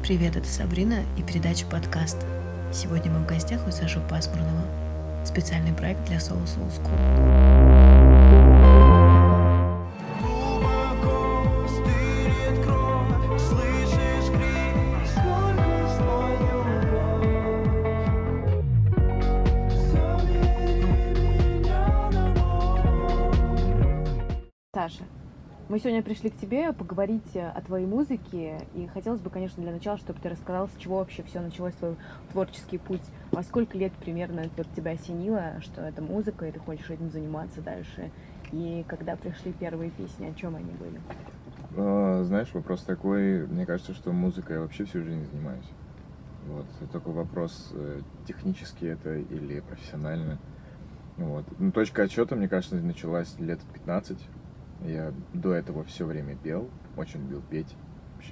Привет, это Сабрина и передача «Подкаст». Сегодня мы в гостях у Саши Пасмурного. Специальный проект для Soul School. Саша, мы сегодня пришли к тебе поговорить о твоей музыке, и хотелось бы, конечно, для начала, чтобы ты рассказал, с чего вообще все началось, твой творческий путь, во сколько лет примерно вот тебя осенило, что это музыка, и ты хочешь этим заниматься дальше, и когда пришли первые песни, о чем они были? Знаешь, вопрос такой, мне кажется, что музыкой я вообще всю жизнь занимаюсь. Вот, это только вопрос, технически это или профессионально. Вот. Ну, точка отсчета, мне кажется, началась лет в 15. Я до этого все время пел, очень любил петь. Вообще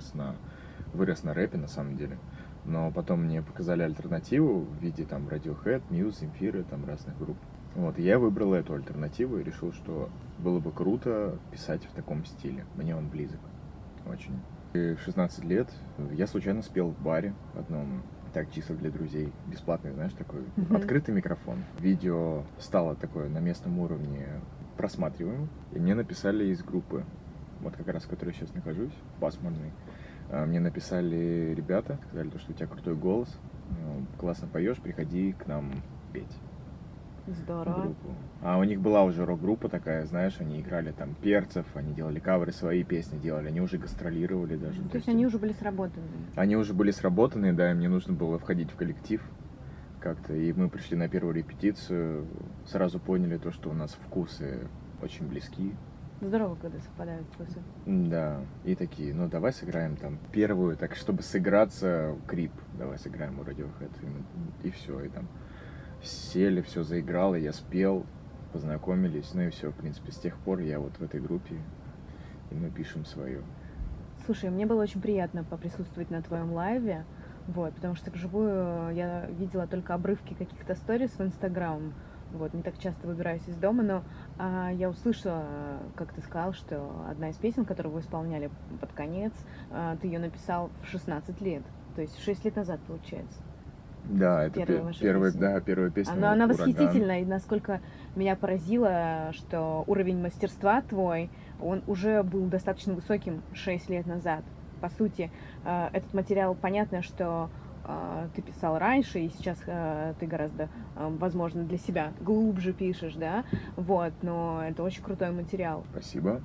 вырос на рэпе, на самом деле. Но потом мне показали альтернативу в виде там Radiohead, Muse, Земфиры, там разных групп. Вот, и я выбрал эту альтернативу и решил, что было бы круто писать в таком стиле. Мне он близок очень. И в 16 лет я случайно спел в баре одном, так чисто для друзей, бесплатный, знаешь, такой открытый микрофон. Видео стало такое на местном уровне просматриваем, и мне написали из группы, вот как раз в которой я сейчас нахожусь, Пасмурный. Мне написали ребята, сказали, что у тебя крутой голос, классно поешь, приходи к нам петь. Здорово. Группу. А у них была уже рок-группа такая, знаешь, они играли там перцев, они делали каверы, свои песни делали, они уже гастролировали даже. То есть они уже были сработаны? Они уже были сработаны, да, и мне нужно было входить в коллектив как-то, и мы пришли на первую репетицию, сразу поняли то, что у нас вкусы очень близки. Здорово, когда совпадают вкусы. Да, и такие, ну давай сыграем там первую, так чтобы сыграться, Крип, давай сыграем у Radiohead, и все, и там сели, все заиграло, я спел, познакомились, ну и все, в принципе, с тех пор я вот в этой группе, и мы пишем свое. Слушай, мне было очень приятно поприсутствовать на твоем лайве, вот, потому что вживую я видела только обрывки каких-то сторис в Инстаграм, вот, не так часто выбираюсь из дома, но я услышала, как ты сказал, что одна из песен, которую вы исполняли под конец, ты ее написал в 16 лет, то есть 6 лет назад, получается. Да, это первая песня. Она восхитительна, и насколько меня поразило, что уровень мастерства твой, он уже был достаточно высоким 6 лет назад. По сути, этот материал, понятно, что ты писал раньше, и сейчас ты гораздо, возможно, для себя глубже пишешь, да, вот, но это очень крутой материал. Спасибо.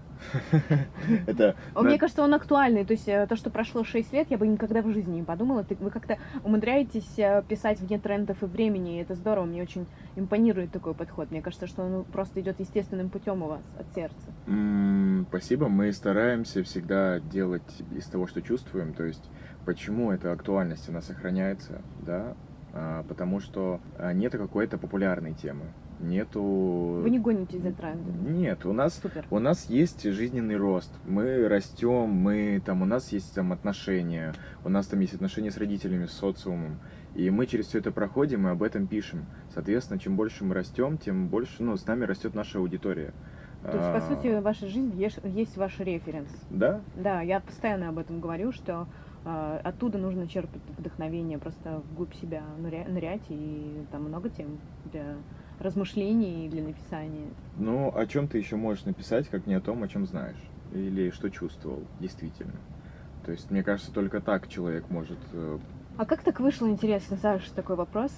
Мне кажется, он актуальный, то есть то, что прошло 6 лет, я бы никогда в жизни не подумала, вы как-то умудряетесь писать вне трендов и времени, и это здорово, мне очень импонирует такой подход, мне кажется, что он просто идет естественным путем у вас, от сердца. Спасибо, мы стараемся всегда делать из того, что чувствуем, то есть почему эта актуальность она сохраняется, да, потому что нету какой-то популярной темы, нету... Вы не гонитесь за трендом? Нет, у нас есть жизненный рост, мы растем, у нас есть там отношения, у нас там есть отношения с родителями, с социумом, и мы через все это проходим и об этом пишем. Соответственно, чем больше мы растем, тем больше, с нами растет наша аудитория. То есть, по сути, в вашей жизни есть ваш референс. Да? Да, я постоянно об этом говорю, что оттуда нужно черпать вдохновение, просто вглубь себя нырять, и там много тем для размышлений и для написания. Ну, о чем ты еще можешь написать, как не о том, о чем знаешь, или что чувствовал, действительно. То есть, мне кажется, только так человек может... А как так вышло, интересно, Саша, такой вопрос,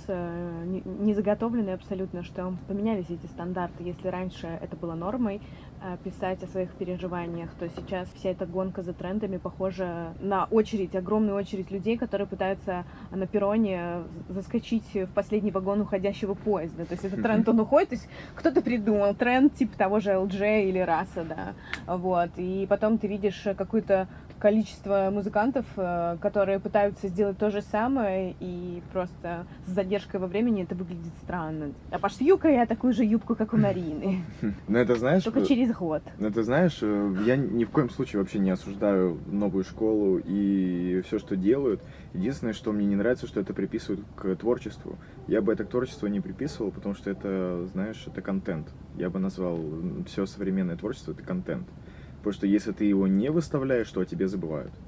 не заготовленный абсолютно, что поменялись эти стандарты. Если раньше это было нормой писать о своих переживаниях, то сейчас вся эта гонка за трендами похожа на огромную очередь людей, которые пытаются на перроне заскочить в последний вагон уходящего поезда. То есть этот тренд, он уходит, то есть кто-то придумал тренд типа того же LG или Раса, да, вот, и потом ты видишь какое-то количество музыкантов, которые пытаются сделать то же самое, и просто с задержкой во времени это выглядит странно. А пошью-ка я такую же юбку, как у Марины. Ну, это знаешь... Только через год. Ну, это знаешь, я ни в коем случае вообще не осуждаю новую школу и все, что делают. Единственное, что мне не нравится, что это приписывают к творчеству. Я бы это к творчеству не приписывал, потому что это, знаешь, это контент. Я бы назвал все современное творчество — это контент. Потому что если ты его не выставляешь, то о тебе забывают.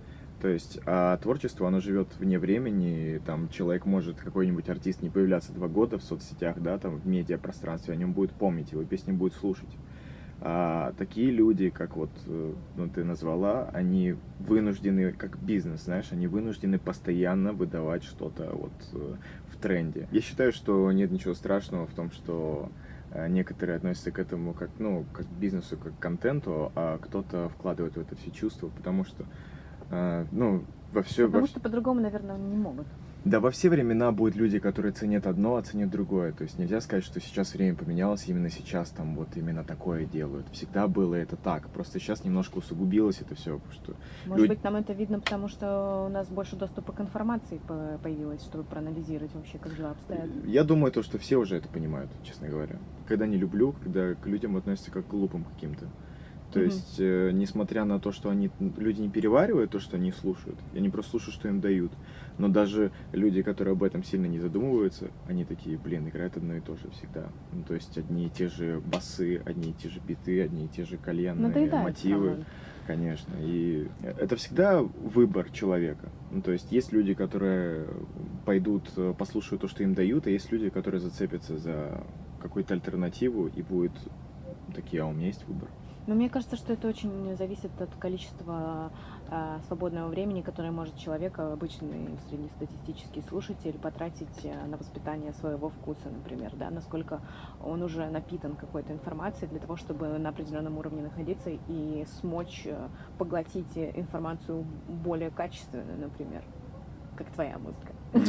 То есть, а творчество, оно живет вне времени, там человек может, какой-нибудь артист, не появляться 2 года в соцсетях, да, там в медиапространстве, о нем будет помнить, его песни будут слушать. А такие люди, как вот ну, ты назвала, они вынуждены, как бизнес, знаешь, они вынуждены постоянно выдавать что-то вот в тренде. Я считаю, что нет ничего страшного в том, что некоторые относятся к этому как, ну, как к бизнесу, как к контенту, а кто-то вкладывает в это все чувства, потому что, ну, Потому что по-другому, наверное, не могут. Да, во все времена будут люди, которые ценят одно, а ценят другое. То есть нельзя сказать, что сейчас время поменялось, именно сейчас там вот именно такое делают. Всегда было это так. Просто сейчас немножко усугубилось это все, потому что Может быть, нам это видно, потому что у нас больше доступа к информации появилось, чтобы проанализировать вообще, как дела обстоят. Я думаю, то, что все уже это понимают, честно говоря. Когда не люблю, когда к людям относятся как к глупым каким-то. То есть, несмотря на то, что люди не переваривают то, что они слушают, они просто слушают, что им дают. Но даже люди, которые об этом сильно не задумываются, они такие, блин, играют одно и то же всегда. Ну, то есть, одни и те же басы, одни и те же биты, одни и те же кальянные мотивы. Конечно. И это всегда выбор человека. Ну, то есть, есть люди, которые пойдут, послушают то, что им дают, а есть люди, которые зацепятся за какую-то альтернативу и будут такие, а у меня есть выбор. Но мне кажется, что это очень зависит от количества свободного времени, которое может человек, обычный среднестатистический слушатель, потратить на воспитание своего вкуса, например, да, насколько он уже напитан какой-то информацией для того, чтобы на определенном уровне находиться и смочь поглотить информацию более качественную, например, как твоя музыка.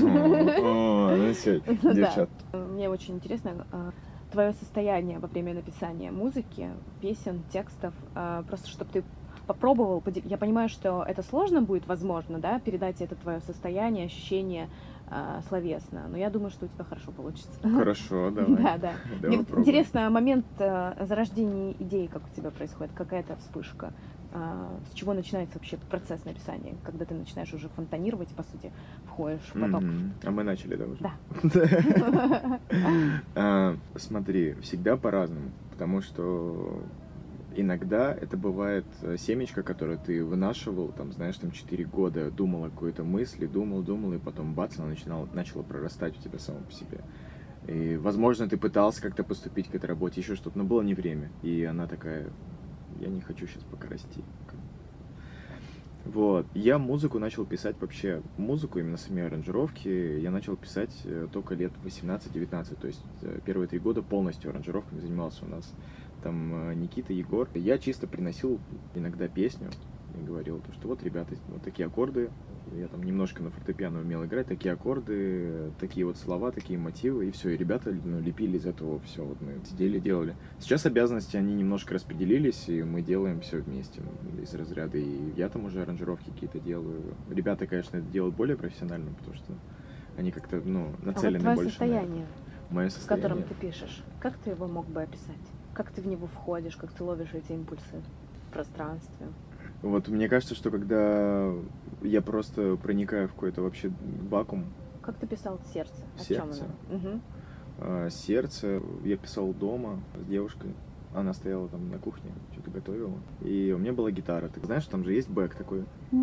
Ну все, девчат. Мне очень интересно твое состояние во время написания музыки, песен, текстов, просто чтобы ты попробовал, я понимаю, что это сложно будет, возможно, да, передать это твое состояние, ощущение словесно, но я думаю, что у тебя хорошо получится. Хорошо, давай. Да. Мне интересно, момент зарождения идеи, как у тебя происходит, какая-то вспышка, с чего начинается вообще процесс написания, когда ты начинаешь уже фонтанировать, по сути, входишь в поток. А мы начали, да, уже? Да. Смотри, всегда по-разному, потому что иногда это бывает семечко, которое ты вынашивал, там, знаешь, там 4 года, думал о какой-то мысли, думал, и потом бац, она начала прорастать у тебя само по себе. И, возможно, ты пытался как-то поступить к этой работе, еще что-то, но было не время. И она такая, я не хочу сейчас пока расти. Вот. Я музыку начал писать вообще, музыку, именно сами аранжировки, я начал писать только лет 18-19, то есть первые 3 года полностью аранжировками занимался у нас. Там Никита, Егор. Я чисто приносил иногда песню и говорил, что вот, ребята, вот такие аккорды. Я там немножко на фортепиано умел играть, такие аккорды, такие вот слова, такие мотивы, и все. И ребята лепили из этого все. Вот мы сидели, делали. Сейчас обязанности, они немножко распределились, и мы делаем все вместе из разряда. И я там уже аранжировки какие-то делаю. Ребята, конечно, это делают более профессионально, потому что они как-то, нацелены вот больше состояние, мое состояние, в котором ты пишешь, как ты его мог бы описать? Как ты в него входишь, как ты ловишь эти импульсы в пространстве? Вот мне кажется, что когда я просто проникаю в какой-то вообще вакуум. Как ты писал «Сердце»? О Сердце. Чем оно? «Сердце» я писал дома с девушкой. Она стояла там на кухне, что-то готовила. И у меня была гитара. Ты знаешь, там же есть бэк такой.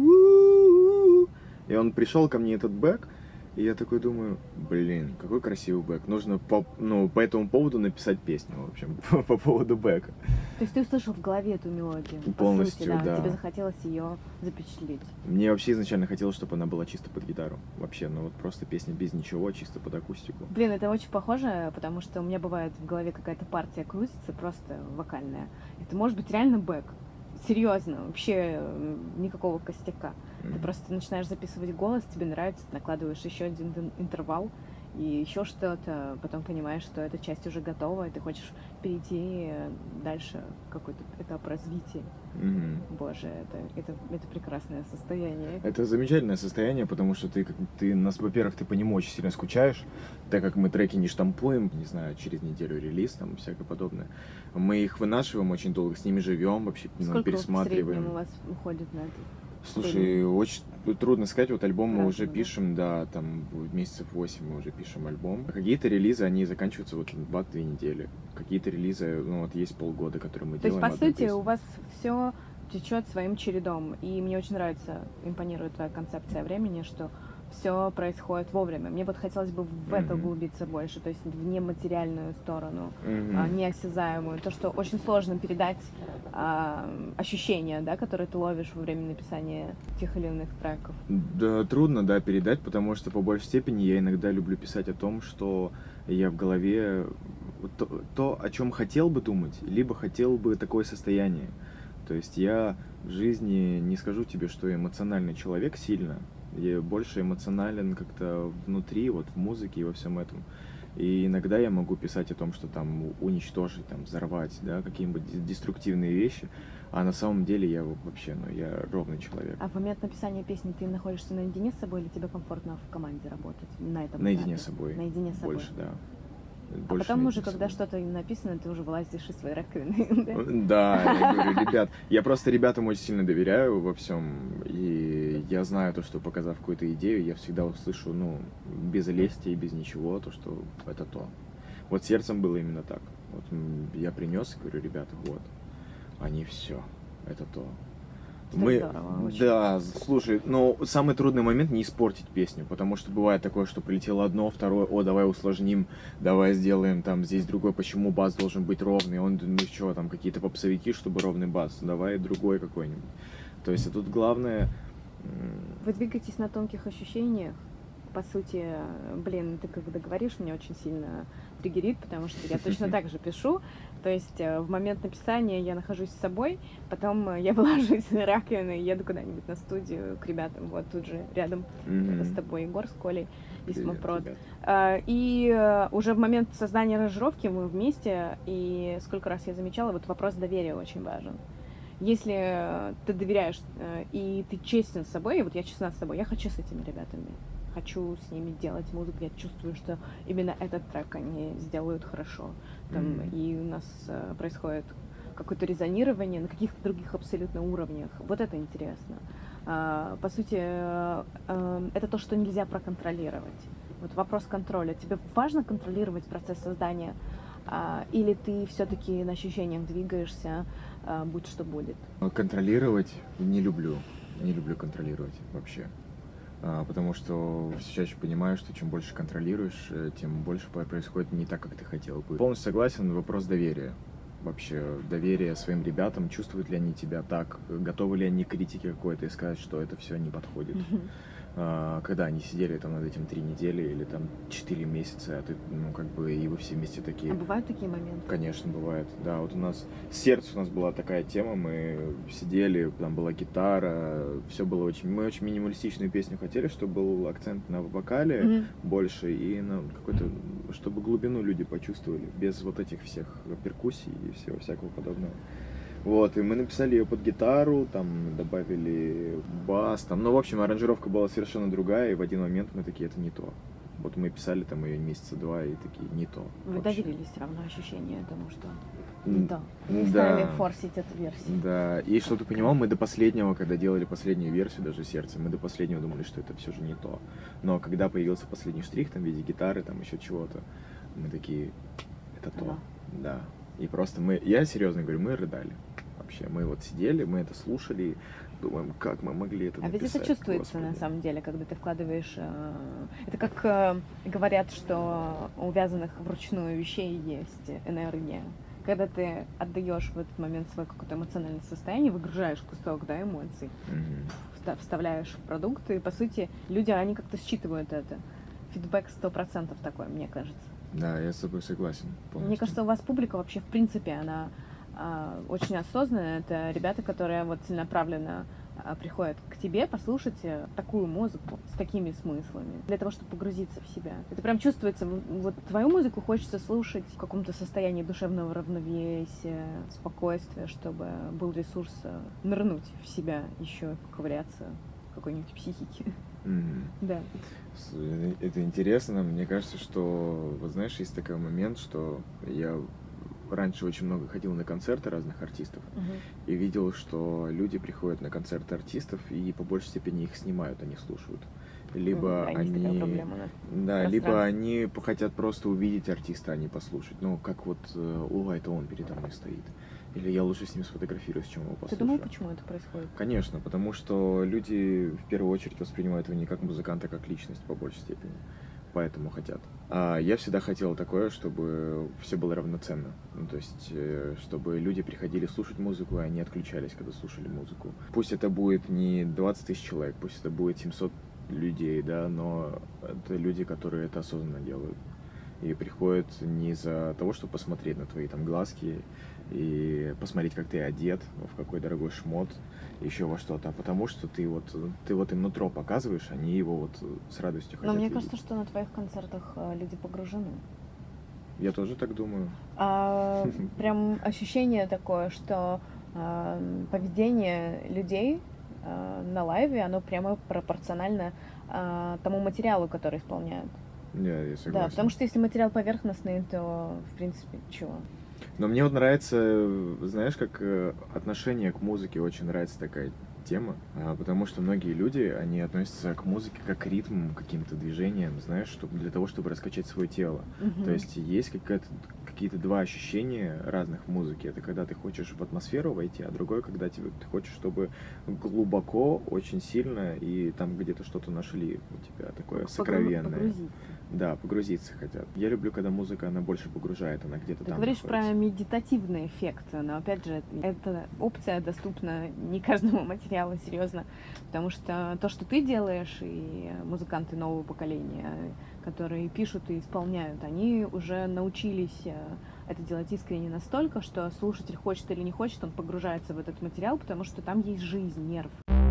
И он пришел ко мне, этот бэк. И я такой думаю, блин, какой красивый бэк. Нужно по этому поводу написать песню, в общем, по поводу бэка. То есть ты услышал в голове эту мелодию? Полностью, по сути, да. Тебе захотелось ее запечатлеть? Мне вообще изначально хотелось, чтобы она была чисто под гитару. Вообще, вот просто песня без ничего, чисто под акустику. Блин, это очень похоже, потому что у меня бывает в голове какая-то партия крутится, просто вокальная. Это может быть реально бэк. Серьезно, вообще никакого костяка. Ты просто начинаешь записывать голос, тебе нравится, ты накладываешь еще один интервал и еще что-то, потом понимаешь, что эта часть уже готова, и ты хочешь перейти дальше в какой-то этап развития. Боже, это прекрасное состояние. Это замечательное состояние, потому что во-первых, ты по нему очень сильно скучаешь, так как мы треки не штампуем, не знаю, через неделю релиз, там, всякое подобное. Мы их вынашиваем очень долго, с ними живем, вообще пересматриваем. Сколько в среднем у вас уходит на это? Слушай, очень трудно сказать, вот альбом мы уже пишем, да, там месяцев 8 мы уже пишем альбом. Какие-то релизы, они заканчиваются вот 2-2 недели. Какие-то релизы, вот есть полгода, которые мы делаем. То есть, по сути, у вас все течет своим чередом. И мне очень нравится, импонирует твоя концепция времени, что все происходит вовремя. Мне вот хотелось бы в это углубиться больше, то есть в нематериальную сторону, неосязаемую. То, что очень сложно передать ощущения, да, которые ты ловишь во время написания тех или иных треков. Да, трудно, да, передать, потому что по большей степени я иногда люблю писать о том, что я в голове то, о чем хотел бы думать, либо хотел бы такое состояние. То есть я в жизни не скажу тебе, что я эмоциональный человек сильно. Я больше эмоционален как-то внутри, вот в музыке и во всем этом. И иногда я могу писать о том, что там уничтожить, там взорвать, да, какие-нибудь деструктивные вещи, а на самом деле я вообще, я ровный человек. А в момент написания песни ты находишься наедине с собой или тебе комфортно в команде работать на этом Наедине этапе? с собой. Наедине с собой. Больше, да. А потом уже, когда что-то написано, ты уже вылазишь из своей раковины. Да, я говорю, ребят, я просто ребятам очень сильно доверяю во всем, и я знаю то, что, показав какую-то идею, я всегда услышу, без лести и без ничего, то, что это то. Вот сердцем было именно так. Вот я принес и говорю, ребята, вот, они все, это то. Здорово, Да, слушай, самый трудный момент не испортить песню, потому что бывает такое, что прилетело одно, второе, давай усложним, давай сделаем там здесь другой, почему бас должен быть ровный, что там какие-то попсовики, чтобы ровный бас, давай другой какой-нибудь. То есть, а тут главное... Вы двигаетесь на тонких ощущениях. По сути, ты когда говоришь, меня очень сильно триггерит, потому что я точно так же пишу. То есть в момент написания я нахожусь с собой, потом я вылаживаюсь на раковину и еду куда-нибудь на студию к ребятам. Вот тут же рядом с тобой Егор, с Колей и Смопрод. И уже в момент создания аранжировки мы вместе, и сколько раз я замечала, вот вопрос доверия очень важен. Если ты доверяешь и ты честен с собой, и вот я честна с собой, я хочу с этими ребятами, хочу с ними делать музыку, я чувствую, что именно этот трек они сделают хорошо. И у нас происходит какое-то резонирование на каких-то других абсолютно уровнях. Вот это интересно. По сути, это то, что нельзя проконтролировать. Вот вопрос контроля. Тебе важно контролировать процесс создания, или ты все-таки на ощущениях двигаешься, будь что будет? Контролировать не люблю. Не люблю контролировать вообще. Потому что все чаще понимаю, что чем больше контролируешь, тем больше происходит не так, как ты хотел бы. Полностью согласен, вопрос доверия. Вообще, доверие своим ребятам, чувствуют ли они тебя так, готовы ли они к критике какой-то и сказать, что это все не подходит. Когда они сидели там над этим 3 недели или там 4 месяца, а ты, и вы все вместе такие. А бывают такие моменты? Конечно, бывает. Да, вот у нас сердце у нас была такая тема, мы сидели, там была гитара, все было мы очень минималистичную песню хотели, чтобы был акцент на вокале больше и на какой-то, чтобы глубину люди почувствовали, без вот этих всех перкуссий и всего всякого подобного. Вот, и мы написали ее под гитару, там добавили бас, там, в общем, аранжировка была совершенно другая, и в один момент мы такие, это не то. Вот мы писали там ее месяца 2 и такие, не то. Вы доверились все равно ощущению тому, что не то. Не стали форсить эту версию. Да, и что ты понимал, мы до последнего, когда делали последнюю версию, даже сердце, мы до последнего думали, что это все же не то. Но когда появился последний штрих, там, в виде гитары, там, еще чего-то, мы такие, это то. Да. И просто я серьезно говорю, мы рыдали. Вообще, мы вот сидели, мы это слушали, думаем, как мы могли это написать. А ведь это чувствуется, Господи. На самом деле, когда ты вкладываешь... Это как говорят, что у вязаных вручную вещей есть энергия. Когда ты отдаешь в этот момент свое какое-то эмоциональное состояние, выгружаешь кусок, да, эмоций, вставляешь в продукт, и, по сути, люди, они как-то считывают это. Фидбэк 100% такой, мне кажется. Да, я с тобой согласен полностью. Мне кажется, у вас публика вообще, в принципе, она очень осознанная. Это ребята, которые вот целенаправленно приходят к тебе послушать такую музыку с такими смыслами, для того, чтобы погрузиться в себя. Это прям чувствуется. Вот твою музыку хочется слушать в каком-то состоянии душевного равновесия, спокойствия, чтобы был ресурс нырнуть в себя, еще ковыряться в какой-нибудь психике. Да. Это интересно. Мне кажется, что, вот знаешь, есть такой момент, что я раньше очень много ходил на концерты разных артистов и видел, что люди приходят на концерты артистов и по большей степени их снимают, а не слушают. Либо либо они хотят просто увидеть артиста, а не послушать. Как вот, это он передо мной стоит. Или я лучше с ним сфотографируюсь, чем его Ты послушаю. думал, почему это происходит? Конечно, потому что люди в первую очередь воспринимают его не как музыканта, а как личность по большей степени. Поэтому хотят. А я всегда хотел такое, чтобы все было равноценно. Ну, то есть, чтобы люди приходили слушать музыку, и они отключались, когда слушали музыку. Пусть это будет не 20 тысяч человек, пусть это будет 700 людей, да, но это люди, которые это осознанно делают. И приходят не из-за того, чтобы посмотреть на твои там глазки и посмотреть, как ты одет, в какой дорогой шмот, еще во что-то, а потому что ты вот им нутро показываешь, они его вот с радостью хотят Но мне видеть. кажется, что на твоих концертах люди погружены. Я тоже так думаю. Прям ощущение такое, что поведение людей на лайве, оно прямо пропорционально тому материалу, который исполняют. Я согласен. Да, потому что если материал поверхностный, то, в принципе, чего? Но мне вот нравится, знаешь, как отношение к музыке, очень нравится такая тема, потому что многие люди, они относятся к музыке как к ритму, к каким-то движениям, знаешь, для того, чтобы раскачать свое тело. То есть есть какие-то два ощущения разных в музыке. Это когда ты хочешь в атмосферу войти, а другое, когда ты хочешь, чтобы глубоко, очень сильно, и там где-то что-то нашли у тебя такое сокровенное. Погрузиться. Да, погрузиться хотят. Я люблю, когда музыка, она больше погружает, она где-то Ты там говоришь находится. про медитативный эффект, но опять же, эта опция доступна не каждому материалу, серьезно, потому что то, что ты делаешь, и музыканты нового поколения, которые пишут и исполняют, они уже научились это делать искренне настолько, что слушатель хочет или не хочет, он погружается в этот материал, потому что там есть жизнь, нерв.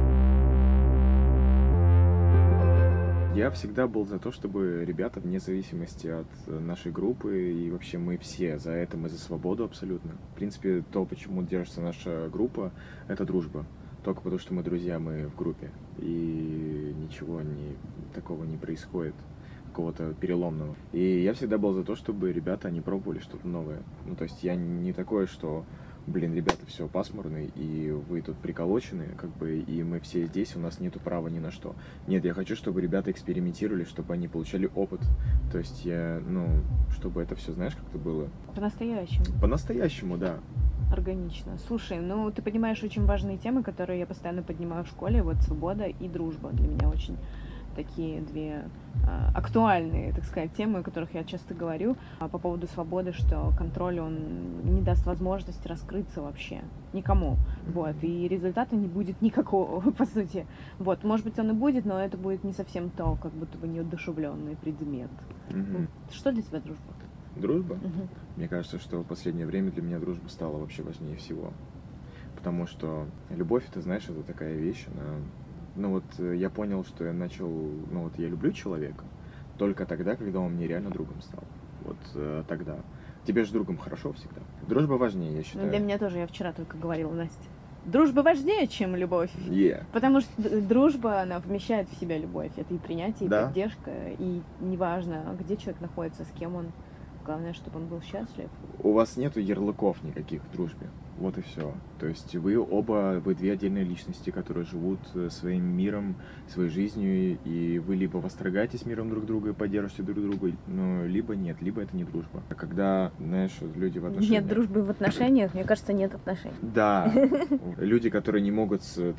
Я всегда был за то, чтобы ребята, вне зависимости от нашей группы, и вообще мы все за это, мы за свободу абсолютно. В принципе, то, почему держится наша группа, это дружба. Только потому, что мы друзья, мы в группе. И ничего такого не происходит, какого-то переломного. И я всегда был за то, чтобы ребята, они пробовали что-то новое. Ну, то есть я не такое, что... Блин, ребята, все пасмурные, и вы тут приколочены, как бы, и мы все здесь, у нас нету права ни на что. Нет, я хочу, чтобы ребята экспериментировали, чтобы они получали опыт. То есть чтобы это все, знаешь, как-то было. По-настоящему. По-настоящему, да. Органично. Слушай, ты поднимаешь очень важные темы, которые я постоянно поднимаю в школе. Вот свобода и дружба для меня очень такие две актуальные, так сказать, темы, о которых я часто говорю по поводу свободы, что контроль, он не даст возможности раскрыться вообще никому, вот, и результата не будет никакого, по сути, вот, может быть, он и будет, но это будет не совсем то, как будто бы неодушевленный предмет. Что для тебя дружба? Дружба? Мне кажется, что в последнее время для меня дружба стала вообще важнее всего, потому что любовь, это, знаешь, это такая вещь, она... я понял, что я люблю человека только тогда, когда он мне реально другом стал. Вот тогда. Тебе же другом хорошо всегда. Дружба важнее, я считаю. Для меня тоже, я вчера только говорила, Настя. Дружба важнее, чем любовь. Потому что дружба, она вмещает в себя любовь. Это и принятие, и поддержка. И неважно, где человек находится, с кем он. Главное, чтобы он был счастлив. У вас нету ярлыков никаких в дружбе. Вот и все. То есть вы две отдельные личности, которые живут своим миром, своей жизнью, и вы либо восторгаетесь миром друг друга и поддерживаете друг друга, либо нет, либо это не дружба. А когда, знаешь, люди в отношениях... Нет дружбы в отношениях, мне кажется, нет отношений. Да. Люди, которые не могут,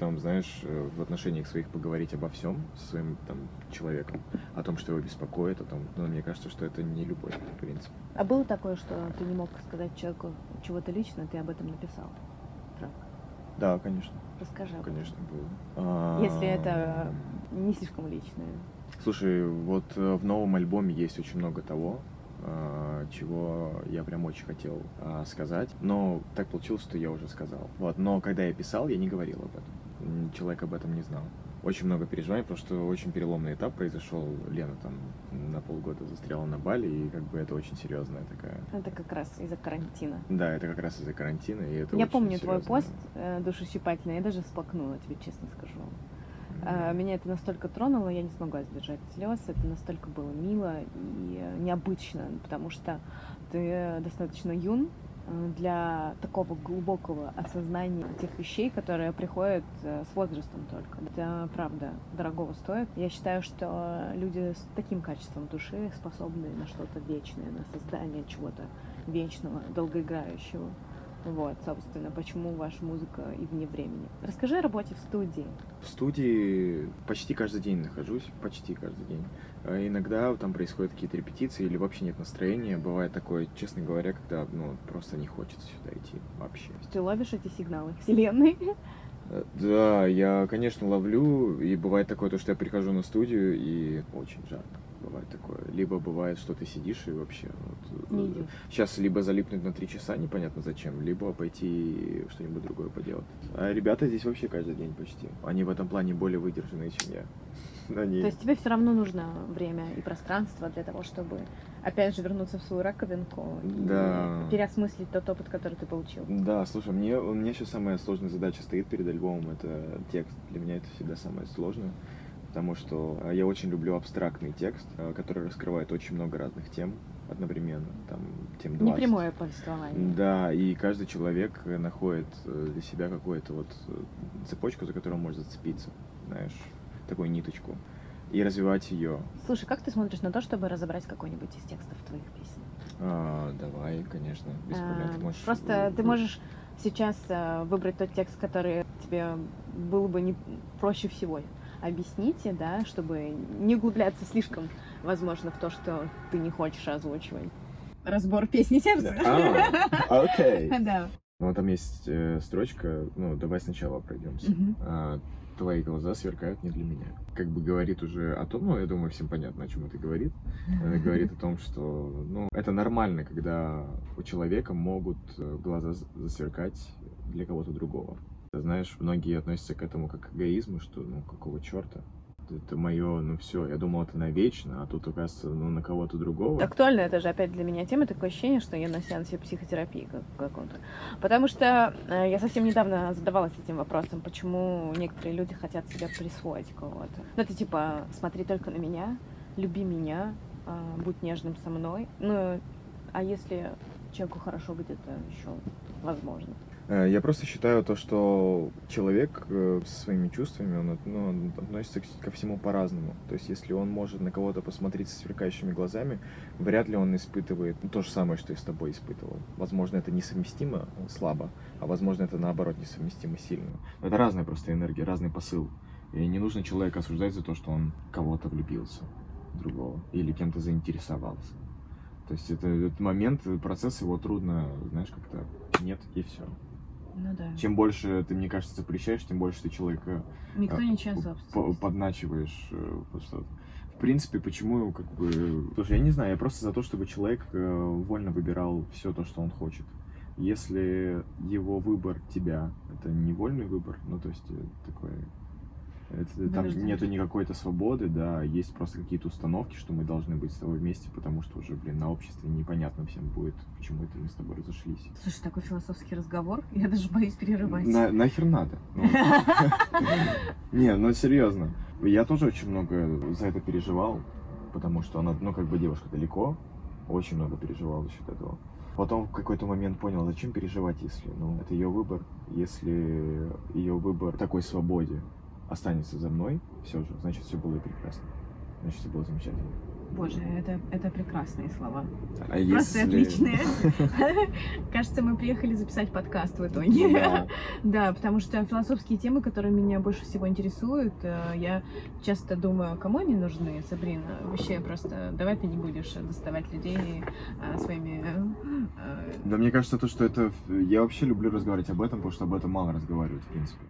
в отношениях своих поговорить обо всем со своим человеком, о том, что его беспокоит, мне кажется, что это не любовь, в принципе. А было такое, что ты не мог сказать человеку чего-то лично, ты об этом написал? Правда? Да, конечно. Расскажи. Конечно, было. Если это не слишком личное. Слушай, вот в новом альбоме есть очень много того, чего я прям очень хотел сказать, но так получилось, что я уже сказал. Вот, но когда я писал, я не говорил об этом. Человек об этом не знал. Очень много переживаний, потому что очень переломный этап произошел. Лена там на полгода застряла на Бали, и как бы это очень серьезная такая... Это как раз из-за карантина. Да, это как раз из-за карантина, и это Я очень помню серьезно. твой пост душещипательный, я даже всплакнула, тебе честно скажу. Меня это настолько тронуло, я не смогла сдержать слез, это настолько было мило и необычно, потому что ты достаточно юн для такого глубокого осознания тех вещей, которые приходят с возрастом только. Это правда дорогого стоит. Я считаю, что люди с таким качеством души способны на что-то вечное, на создание чего-то вечного, долгоиграющего. Вот, собственно, почему ваша музыка и вне времени. Расскажи о работе в студии. В студии почти каждый день нахожусь, почти каждый день. А иногда там происходят какие-то репетиции или вообще нет настроения. Бывает такое, честно говоря, когда просто не хочется сюда идти вообще. Ты ловишь эти сигналы вселенной? Да, я, конечно, ловлю, и бывает такое, то, что я прихожу на студию, и очень жарко. Бывает такое. Либо бывает, что ты сидишь и вообще... Не идёшь. Сейчас либо залипнуть на 3 часа, непонятно зачем, либо пойти что-нибудь другое поделать. А ребята здесь вообще каждый день почти. Они в этом плане более выдержанные, чем я. Они... То есть тебе все равно нужно время и пространство для того, чтобы, опять же, вернуться в свою раковинку Да. и переосмыслить тот опыт, который ты получил. Да, слушай, у меня сейчас самая сложная задача стоит перед альбомом, это текст. Для меня это всегда самое сложное, потому что я очень люблю абстрактный текст, который раскрывает очень много разных тем одновременно, там, тем 20. Непрямое повествование. Да, и каждый человек находит для себя какую-то цепочку, за которую он может зацепиться, знаешь, такую ниточку, и развивать ее. Слушай, как ты смотришь на то, чтобы разобрать какой-нибудь из текстов твоих песен? Давай, конечно, без проблем. Ты можешь... Просто ты можешь сейчас выбрать тот текст, который тебе было бы не проще всего объяснить, да, чтобы не углубляться слишком, возможно, в то, что ты не хочешь озвучивать. Разбор песни сердца. Окей. Да. Ну, там есть строчка, давай сначала пройдемся. Твои глаза сверкают не для меня. Как бы говорит уже о том, я думаю, всем понятно, о чем это говорит. Это говорит о том, что, это нормально, когда у человека могут глаза засверкать для кого-то другого. Знаешь, многие относятся к этому как к эгоизму, что, какого черта? Это мое, все, я думал, это навечно, а тут, оказывается, на кого-то другого. Актуально, это же опять для меня тема, такое ощущение, что я на сеансе психотерапии каком-то. Потому что я совсем недавно задавалась этим вопросом, почему некоторые люди хотят себя присвоить кого-то. Это типа, смотри только на меня, люби меня, будь нежным со мной. А если человеку хорошо где-то еще возможно? Я просто считаю то, что человек со своими чувствами, он относится ко всему по-разному. То есть, если он может на кого-то посмотреть со сверкающими глазами, вряд ли он испытывает то же самое, что и с тобой испытывал. Возможно, это несовместимо слабо, а возможно, это наоборот несовместимо сильно. Это разная просто энергия, разный посыл. И не нужно человека осуждать за то, что он кого-то влюбился, другого, или кем-то заинтересовался. То есть, этот момент, процесс его трудно, знаешь, как-то нет и все. Ну да. Чем больше ты, мне кажется, запрещаешь, тем больше ты человека Никто не чувствует. подначиваешь что-то. В принципе, почему, Слушай, я не знаю, я просто за то, чтобы человек вольно выбирал все то, что он хочет. Если его выбор тебя, это не вольный выбор, то есть такое... Там нету никакой-то свободы, да, есть просто какие-то установки, что мы должны быть с тобой вместе, потому что уже, на обществе непонятно всем будет, почему это мы с тобой разошлись. Слушай, такой философский разговор, я даже боюсь перерывать. Нахер надо? Не, серьезно. Я тоже очень много за это переживал, потому что она, девушка далеко, очень много переживал за счет этого. Потом в какой-то момент понял, зачем переживать, если, это ее выбор, если ее выбор в такой свободе останется за мной, все же, значит, все было прекрасно. Значит, все было замечательно. Боже, это прекрасные слова. А Просто если... отличные. Кажется, мы приехали записать подкаст в итоге. Да. Да, потому что философские темы, которые меня больше всего интересуют, я часто думаю, кому они нужны, Сабрина? Вообще просто давай ты не будешь доставать людей своими... Да, мне кажется, то, что это... Я вообще люблю разговаривать об этом, потому что об этом мало разговаривают, в принципе.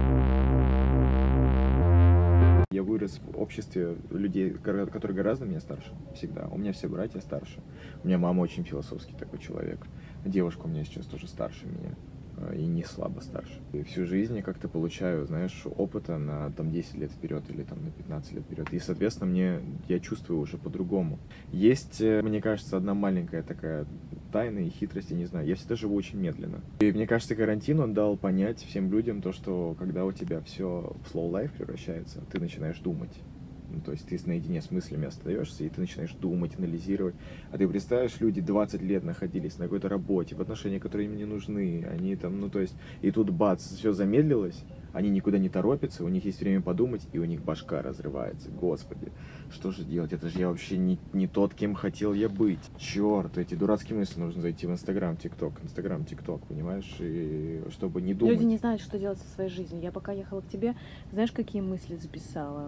Я вырос в обществе людей, которые гораздо меня старше, всегда. У меня все братья старше. У меня мама очень философский такой человек. Девушка у меня сейчас тоже старше меня. И не слабо старше. И всю жизнь я как-то получаю, знаешь, опыта на 10 лет вперед или на 15 лет вперед. И, соответственно, я чувствую уже по-другому. Есть, мне кажется, одна маленькая такая тайна и хитрость, я не знаю. Я всегда живу очень медленно. И мне кажется, карантин, он дал понять всем людям то, что когда у тебя все в slow life превращается, ты начинаешь думать. То есть ты наедине с мыслями остаешься, и ты начинаешь думать, анализировать. А ты представляешь, люди 20 лет находились на какой-то работе, в отношениях, которые им не нужны. Они там, и тут бац, все замедлилось, Они никуда не торопятся, у них есть время подумать, и у них башка разрывается. Господи, что же делать? Это же я вообще не тот, кем хотел я быть. Черт, эти дурацкие мысли. Нужно зайти в Инстаграм, ТикТок, понимаешь? И чтобы не думать. Люди не знают, что делать со своей жизнью. Я пока ехала к тебе, знаешь, какие мысли записала?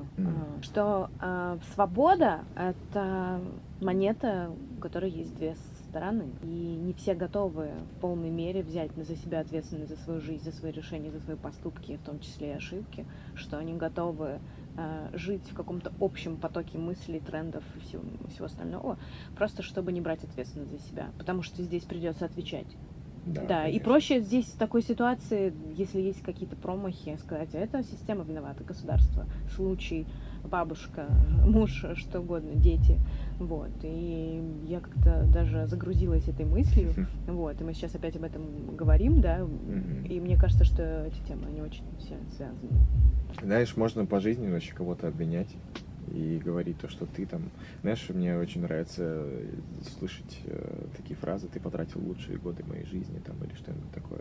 Что свобода — это монета, у которой есть две стороны. И не все готовы в полной мере взять за себя ответственность за свою жизнь, за свои решения, за свои поступки, в том числе и ошибки, что они готовы жить в каком-то общем потоке мыслей, трендов и всего остального, просто чтобы не брать ответственность за себя, потому что здесь придется отвечать. Да, и проще здесь в такой ситуации, если есть какие-то промахи, сказать, это система виновата, государство, случай, бабушка, муж, что угодно, дети. Вот. И я как-то даже загрузилась этой мыслью. Вот. И мы сейчас опять об этом говорим, да. И мне кажется, что эти темы, они очень все связаны. Знаешь, можно по жизни вообще кого-то обвинять и говорить то, что ты там... Знаешь, мне очень нравится слышать такие фразы: ты потратил лучшие годы моей жизни, там, или что-нибудь такое.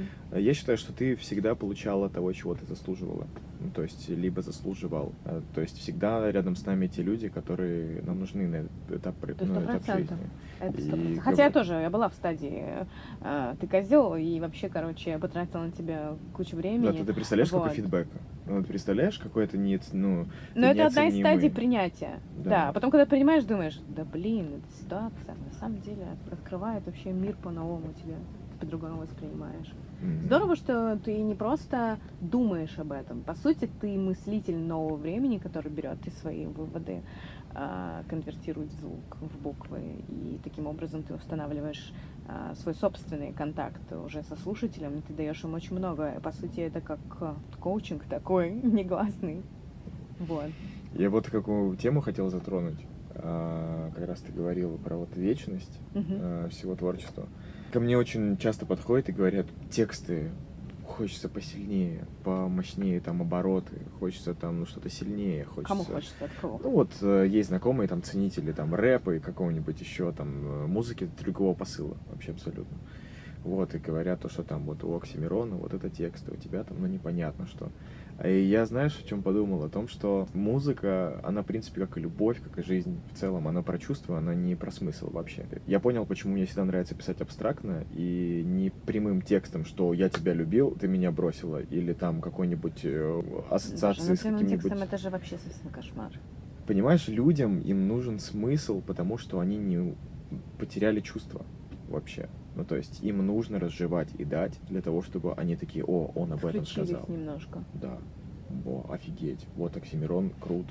Я считаю, что ты всегда получала того, чего ты заслуживала. Ну, то есть, либо заслуживал. То есть, всегда рядом с нами те люди, которые нам нужны на этап жизни. Это 100%. Хотя я тоже, я была в стадии ты козел, и вообще, короче, я потратила на тебя кучу времени. Да, ты представляешь, сколько фидбэка? Ну, ты представляешь, какой это не... Но это одна из стадий принятия. Да. Потом, когда принимаешь, думаешь, да блин, эта ситуация на самом деле открывает вообще мир по-новому тебе. Ты по-другому воспринимаешь. Здорово, что ты не просто думаешь об этом. По сути, ты мыслитель нового времени, который берет и свои выводы конвертирует в звук, в буквы. И таким образом ты устанавливаешь свой собственный контакт уже со слушателем, и ты даешь им очень много. По сути, это как коучинг такой негласный. Вот. Я вот какую тему хотел затронуть. Как раз ты говорила про вот вечность всего творчества. Ко мне очень часто подходят и говорят: тексты хочется посильнее, помощнее, там обороты, хочется там что-то сильнее, хочется. Кому хочется, от кого? Ну вот есть знакомые там ценители там рэпа и какого-нибудь еще там музыки другого посыла вообще абсолютно. Вот, и говорят то, что там вот у Оксимирона вот это тексты, у тебя там, ну, непонятно что. И я, знаешь, о чем подумал? О том, что музыка, она, в принципе, как и любовь, как и жизнь в целом, она про чувства, она не про смысл вообще. Я понял, почему мне всегда нравится писать абстрактно и не прямым текстом, что я тебя любил, ты меня бросила, или там какой-нибудь ассоциации с каким-нибудь... текстом это же вообще совсем кошмар. Понимаешь, людям им нужен смысл, потому что они не потеряли чувства вообще. Ну, то есть им нужно разжевать и дать для того, чтобы они такие: о, он об этом сказал. Немножко. Да. О, офигеть. Вот Оксимирон крут.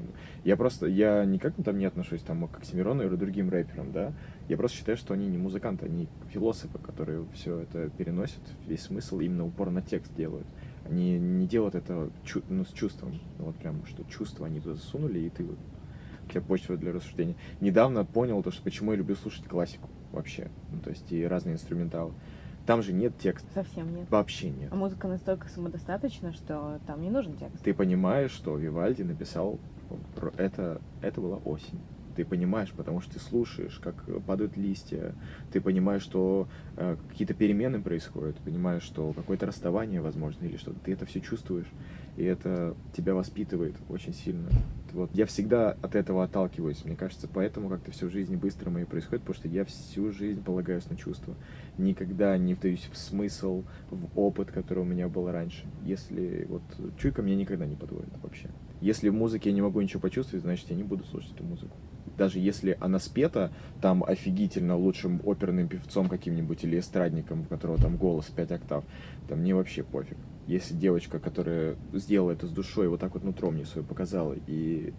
Я никак там не отношусь там к Оксимирону или другим рэперам, да. Я просто считаю, что они не музыканты, они философы, которые все это переносят, весь смысл именно упор на текст делают. Они не делают это с чувством. Вот прям, что чувства они туда засунули, и ты у тебя почва для рассуждения. Недавно понял то, что почему я люблю слушать классику вообще. Ну, то есть и разные инструменталы. Там же нет текста. Совсем нет. Вообще нет. А музыка настолько самодостаточна, что там не нужен текст. Ты понимаешь, что Вивальди написал про это была осень. Ты понимаешь, потому что ты слушаешь, как падают листья. Ты понимаешь, что какие-то перемены происходят. Ты понимаешь, что какое-то расставание возможно или что-то. Ты это все чувствуешь. И это тебя воспитывает очень сильно. Вот. Я всегда от этого отталкиваюсь, мне кажется, поэтому как-то все в жизни быстро моей происходит, потому что я всю жизнь полагаюсь на чувства. Никогда не вдаюсь в смысл, в опыт, который у меня был раньше. Если вот чуйка меня никогда не подводит вообще. Если в музыке я не могу ничего почувствовать, значит, я не буду слушать эту музыку. Даже если она спета там офигительно лучшим оперным певцом каким-нибудь или эстрадником, у которого там голос 5 октав, там мне вообще пофиг. Если девочка, которая сделала это с душой, вот так вот нутром мне свое показала, и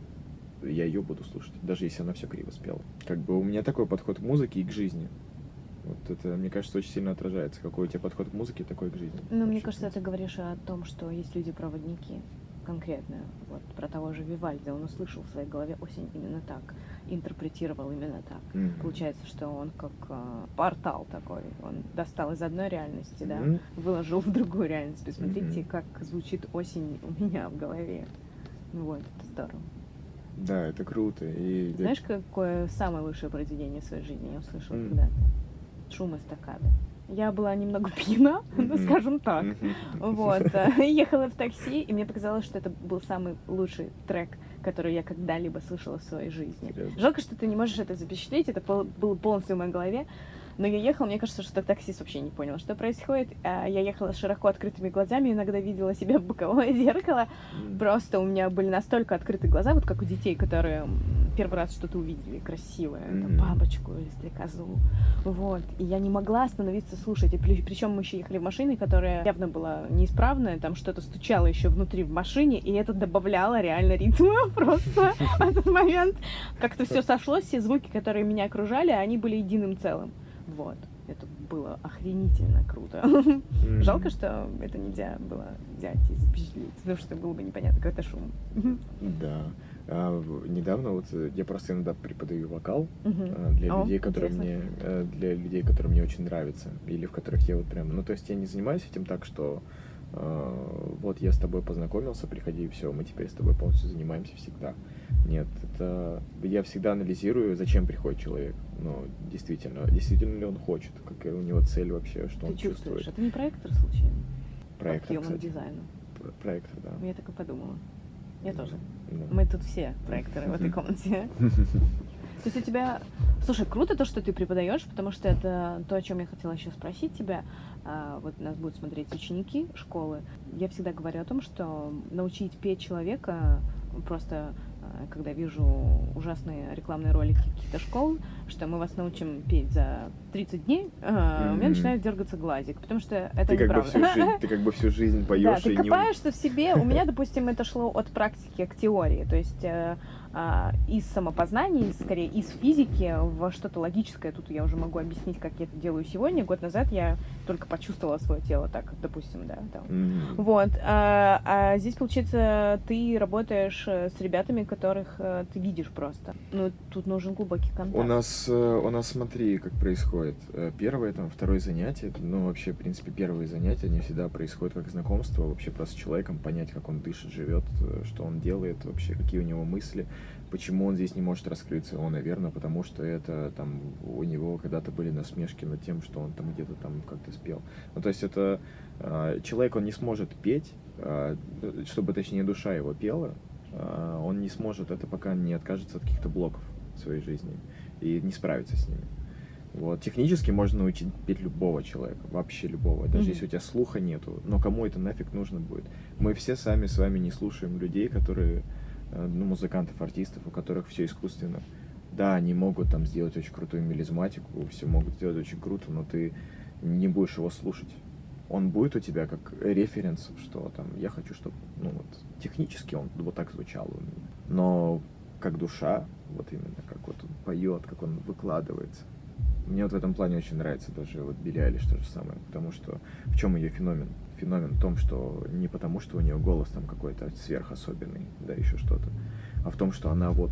я ее буду слушать, даже если она все криво спела. Как бы у меня такой подход к музыке и к жизни. Вот это, мне кажется, очень сильно отражается. Какой у тебя подход к музыке, такой к жизни. Ну, мне кажется, ты говоришь о том, что есть люди-проводники. Конкретно, вот про того же Вивальди, он услышал в своей голове осень именно так, интерпретировал именно так. Получается, что он как портал такой, он достал из одной реальности, да, выложил в другую реальность. Посмотрите, как звучит осень у меня в голове. Ну вот, это здорово. Да, это круто. И... Знаешь, какое самое лучшее произведение в своей жизни я услышала когда-то? «Шум эстакады». Я была немного пьяна, скажем так. Вот. Ехала в такси, и мне показалось, что это был самый лучший трек, который я когда-либо слышала в своей жизни. Серьезно? Жалко, что ты не можешь это запечатлеть, это было полностью в моей голове. Но я ехала, мне кажется, что таксист вообще не понял, что происходит. Я ехала с широко открытыми глазами, иногда видела себя в боковое зеркало. Просто у меня были настолько открыты глаза, вот как у детей, которые первый раз что-то увидели красивое, там, бабочку или стрекозу. Вот. И я не могла остановиться слушать. И причем мы еще ехали в машине, которая явно была неисправная, там что-то стучало еще внутри в машине, и это добавляло реально ритма просто в этот момент. Как-то все сошлось, все звуки, которые меня окружали, они были единым целым. Вот. Это было охренительно круто. Жалко, что это нельзя было взять и запечатлеть, потому что было бы непонятно, какой-то шум. Да. Недавно вот я просто иногда преподаю вокал для людей, которые мне очень нравятся, или в которых я вот прям, ну то есть я не занимаюсь этим так, что вот я с тобой познакомился, приходи и все, мы теперь с тобой полностью занимаемся всегда. Нет, это я всегда анализирую, зачем приходит человек. Ну, действительно ли он хочет, какая у него цель вообще, что он чувствует. Это не проектор случайно? Проектор, Human кстати. дизайну. Проектор, да. Я так и подумала. Я тоже. Да. Мы тут все проекторы в этой комнате. То есть у тебя... Слушай, круто то, что ты преподаешь, потому что это то, о чем я хотела еще спросить тебя. Вот нас будут смотреть ученики школы. Я всегда говорю о том, что научить петь человека просто... Когда вижу ужасные рекламные ролики каких-то школ, что мы вас научим петь за 30 дней, у меня начинает дергаться глазик, потому что это неправда. Ты как бы всю жизнь поешь. Да, ты копаешься в себе. У меня, допустим, это шло от практики к теории, то есть из самопознания, скорее из физики в что-то логическое. Тут я уже могу объяснить, как я это делаю сегодня. Год назад я только почувствовала свое тело так, допустим, да. Там. Вот. А здесь, получается, ты работаешь с ребятами, которых ты видишь просто. Ну, тут нужен глубокий контакт. У нас смотри, как происходит. Первое, там, второе занятие, ну, вообще, в принципе, первые занятия, они всегда происходят как знакомство, вообще просто с человеком, понять, как он дышит, живет, что он делает, вообще, какие у него мысли, почему он здесь не может раскрыться. Наверное, потому что это, там, у него когда-то были насмешки над тем, что он там где-то там как-то спел. Ну, то есть это человек, он не сможет петь, чтобы, точнее, душа его пела, он не сможет это, пока не откажется от каких-то блоков в своей жизни и не справится с ними. Вот. Технически можно научить петь любого человека, вообще любого, даже если у тебя слуха нету, но кому это нафиг нужно будет? Мы все сами с вами не слушаем людей, которые, ну, музыкантов, артистов, у которых все искусственно. Да, они могут там сделать очень крутую мелизматику, все могут сделать очень круто, но ты не будешь его слушать. Он будет у тебя как референс, что там я хочу, чтобы, ну вот, технически он вот так звучал у меня. Но как душа, вот именно, как вот он поет, как он выкладывается. Мне вот в этом плане очень нравится даже вот Билли Айлиш то же самое, потому что в чем ее феномен? Феномен в том, что не потому, что у нее голос там какой-то сверхособенный, да, еще что-то, а в том, что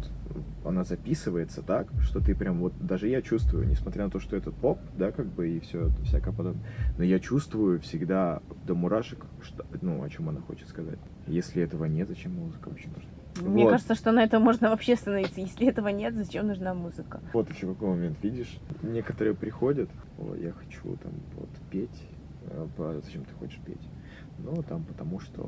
она записывается так, что ты прям вот, даже я чувствую, несмотря на то, что это поп, да, как бы, и все всякое подобное, но я чувствую всегда до мурашек, что, ну, о чем она хочет сказать. Если этого нет, зачем музыка вообще нужна? Мне кажется, что на этом можно вообще остановиться. Если этого нет, зачем нужна музыка? Вот еще какой момент, видишь? Некоторые приходят, я хочу там вот петь. Зачем ты хочешь петь? Ну, там, потому что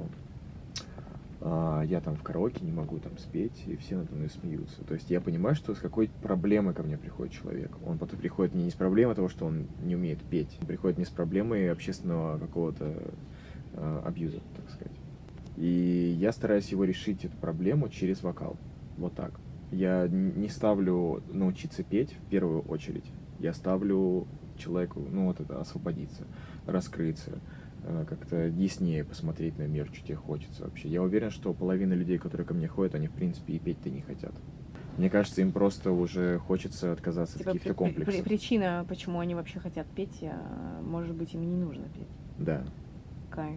я там в караоке не могу там спеть, и все надо мной смеются. То есть я понимаю, что с какой проблемой ко мне приходит человек. Он потом приходит не с проблемой того, что он не умеет петь. Он приходит не с проблемой общественного какого-то абьюза, так сказать. И я стараюсь его решить, эту проблему, через вокал. Вот так. Я не ставлю научиться петь в первую очередь. Я ставлю человеку, ну вот это, освободиться, раскрыться, как-то яснее посмотреть на мир, что тебе хочется вообще. Я уверен, что половина людей, которые ко мне ходят, они в принципе и петь-то не хотят. Мне кажется, им просто уже хочется отказаться от каких-то комплексов. Причина, почему они вообще хотят петь, может быть, им не нужно петь. Да. Кайф.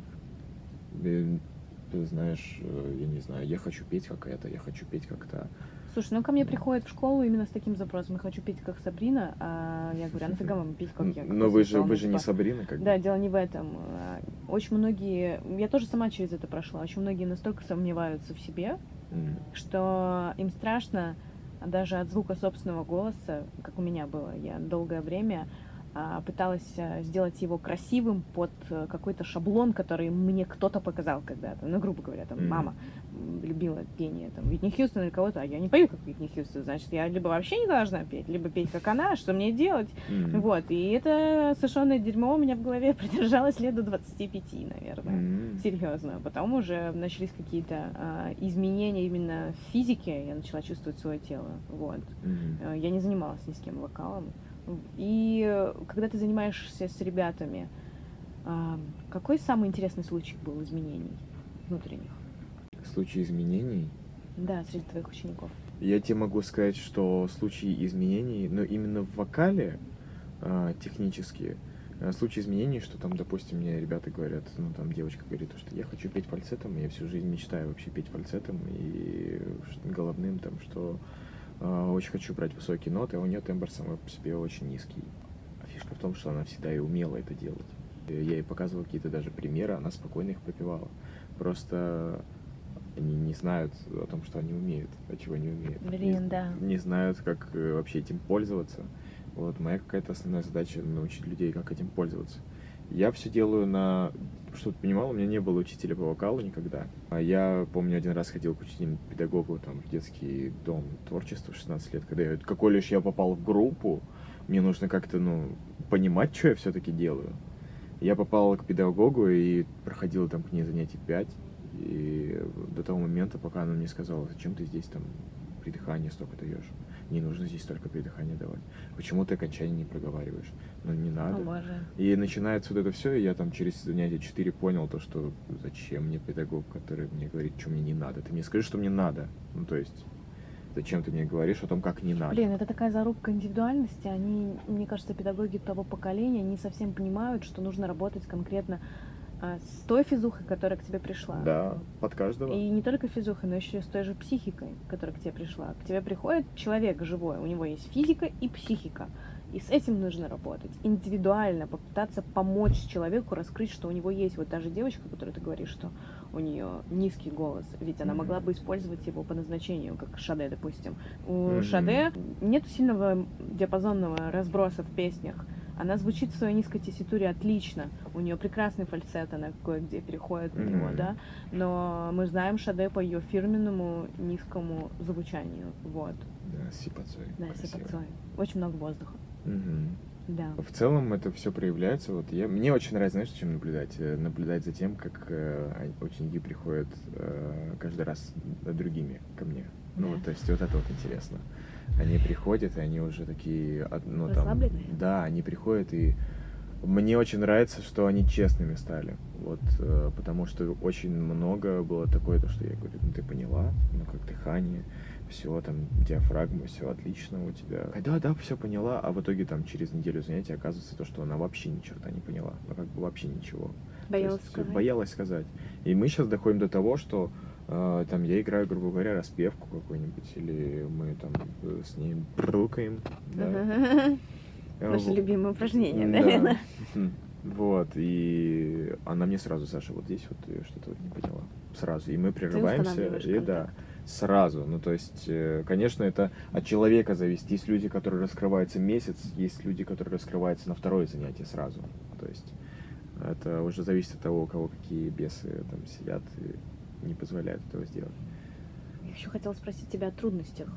Ты знаешь, я не знаю, я хочу петь как это, я хочу петь как то. Слушай, ну ко мне приходят в школу именно с таким запросом. Я хочу петь как Сабрина, а я говорю, а нафига вам петь как я? Но вы же не Сабрина, как бы. Да, дело не в этом. Очень многие, я тоже сама через это прошла, очень многие настолько сомневаются в себе, что им страшно даже от звука собственного голоса, как у меня было. Я долгое время пыталась сделать его красивым под какой-то шаблон, который мне кто-то показал когда-то. Ну, грубо говоря, там, мама любила пение, там, Уитни Хьюстон или кого-то, а я не пою, как Уитни Хьюстон, значит, я либо вообще не должна петь, либо петь, как она, что мне делать? Вот, и это совершенное дерьмо у меня в голове продержалось лет до 25, наверное, серьезно. Потом уже начались какие-то изменения именно в физике, я начала чувствовать свое тело, вот. Я не занималась ни с кем вокалом. И когда ты занимаешься с ребятами, какой самый интересный случай был изменений внутренних? Случай изменений? Да, среди твоих учеников. Я тебе могу сказать, что случаи изменений, но именно в вокале технические, случаи изменений, что там, допустим, мне ребята говорят, ну там девочка говорит, что я хочу петь фальцетом, я всю жизнь мечтаю вообще петь фальцетом и головным, там, что очень хочу брать высокие ноты, а у нее тембр самой по себе очень низкий. А фишка в том, что она всегда и умела это делать. Я ей показывал какие-то даже примеры, она спокойно их пропевала. Просто они не знают о том, что они умеют, а чего не умеют. Блин, да. Не знают, как вообще этим пользоваться. Вот моя какая-то основная задача — научить людей, как этим пользоваться. Я все делаю на... Чтобы ты понимал, у меня не было учителя по вокалу никогда. Я помню, один раз ходил к учителю-педагогу там, в детский дом творчества в 16 лет. Какой лишь я попал в группу, мне нужно как-то, понимать, что я все-таки делаю. Я попал к педагогу и проходил там к ней занятий 5. И до того момента, пока она мне сказала, зачем ты здесь там при дыхании столько даешь? Не нужно здесь столько при дыхании давать. Почему ты окончание не проговариваешь? Не надо. О, Боже. И начинается вот это все, и я там через занятие 4 понял то, что зачем мне педагог, который мне говорит, что мне не надо. Ты мне скажи, что мне надо. То есть, зачем ты мне говоришь о том, как не надо? Блин, это такая зарубка индивидуальности. Мне кажется, педагоги того поколения не совсем понимают, что нужно работать конкретно с той физухой, которая к тебе пришла. Да, под каждого. И не только физухой, но еще и с той же психикой, которая к тебе пришла. К тебе приходит человек живой, у него есть физика и психика. И с этим нужно работать. Индивидуально попытаться помочь человеку раскрыть, что у него есть. Вот та же девочка, о которой ты говоришь, что у нее низкий голос. Ведь она могла бы использовать его по назначению, как Шаде, допустим. У Шаде нет сильного диапазонного разброса в песнях. Она звучит в своей низкой тесситуре отлично. У нее прекрасный фальцет, она кое-где переходит на него, да. Но мы знаем Шаде по ее фирменному низкому звучанию. Вот. Да, с сипацой. Да, с сипацой. Очень много воздуха. Да. В целом это все проявляется. Мне очень нравится, знаешь, чем наблюдать? Наблюдать за тем, как ученики приходят каждый раз другими ко мне. То есть вот это вот интересно. Они приходят, и они уже такие, расслабленные? Да, они приходят, и мне очень нравится, что они честными стали. Потому что очень много было такое, то, что я говорю, ты поняла, как дыхание, все, там, диафрагма, все отлично у тебя. Да, все поняла, а в итоге там через неделю занятия оказывается то, что она вообще ни черта не поняла, вообще ничего. Боялась сказать. И мы сейчас доходим до того, что там я играю, грубо говоря, распевку какую-нибудь, или мы там с ней брукаем. Да. Ваше любимое упражнение, наверное. Вот, и она мне сразу, Саша, вот здесь вот что-то не поняла. Сразу. И мы прерываемся, и да, сразу. То есть, конечно, это от человека зависит. Есть люди, которые раскрываются месяц, есть люди, которые раскрываются на второе занятие сразу. То есть, это уже зависит от того, у кого какие бесы там сидят и не позволяют этого сделать. Я еще хотела спросить тебя о трудностях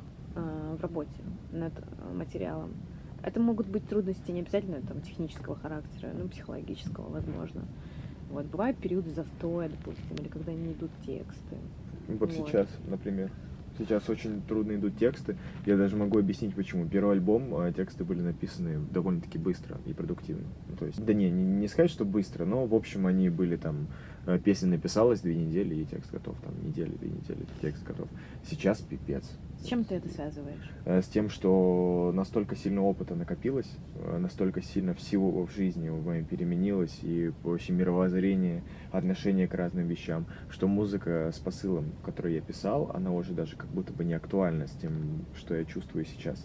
в работе над материалом. Это могут быть трудности не обязательно там технического характера, но психологического, возможно. Вот бывают периоды застоя, допустим, или когда не идут тексты. Вот сейчас, например. Сейчас очень трудно идут тексты. Я даже могу объяснить, почему. Первый альбом, тексты были написаны довольно-таки быстро и продуктивно. То есть, да не сказать, что быстро, но, в общем, они были там... Песня написалась 2 недели, и текст готов. Там 2 недели, текст готов. Сейчас пипец. С чем ты это связываешь? С тем, что настолько сильно опыта накопилось, настолько сильно всего в жизни у меня переменилось, и вообще мировоззрение, отношение к разным вещам, что музыка с посылом, который я писал, она уже даже как будто бы не актуальна с тем, что я чувствую сейчас.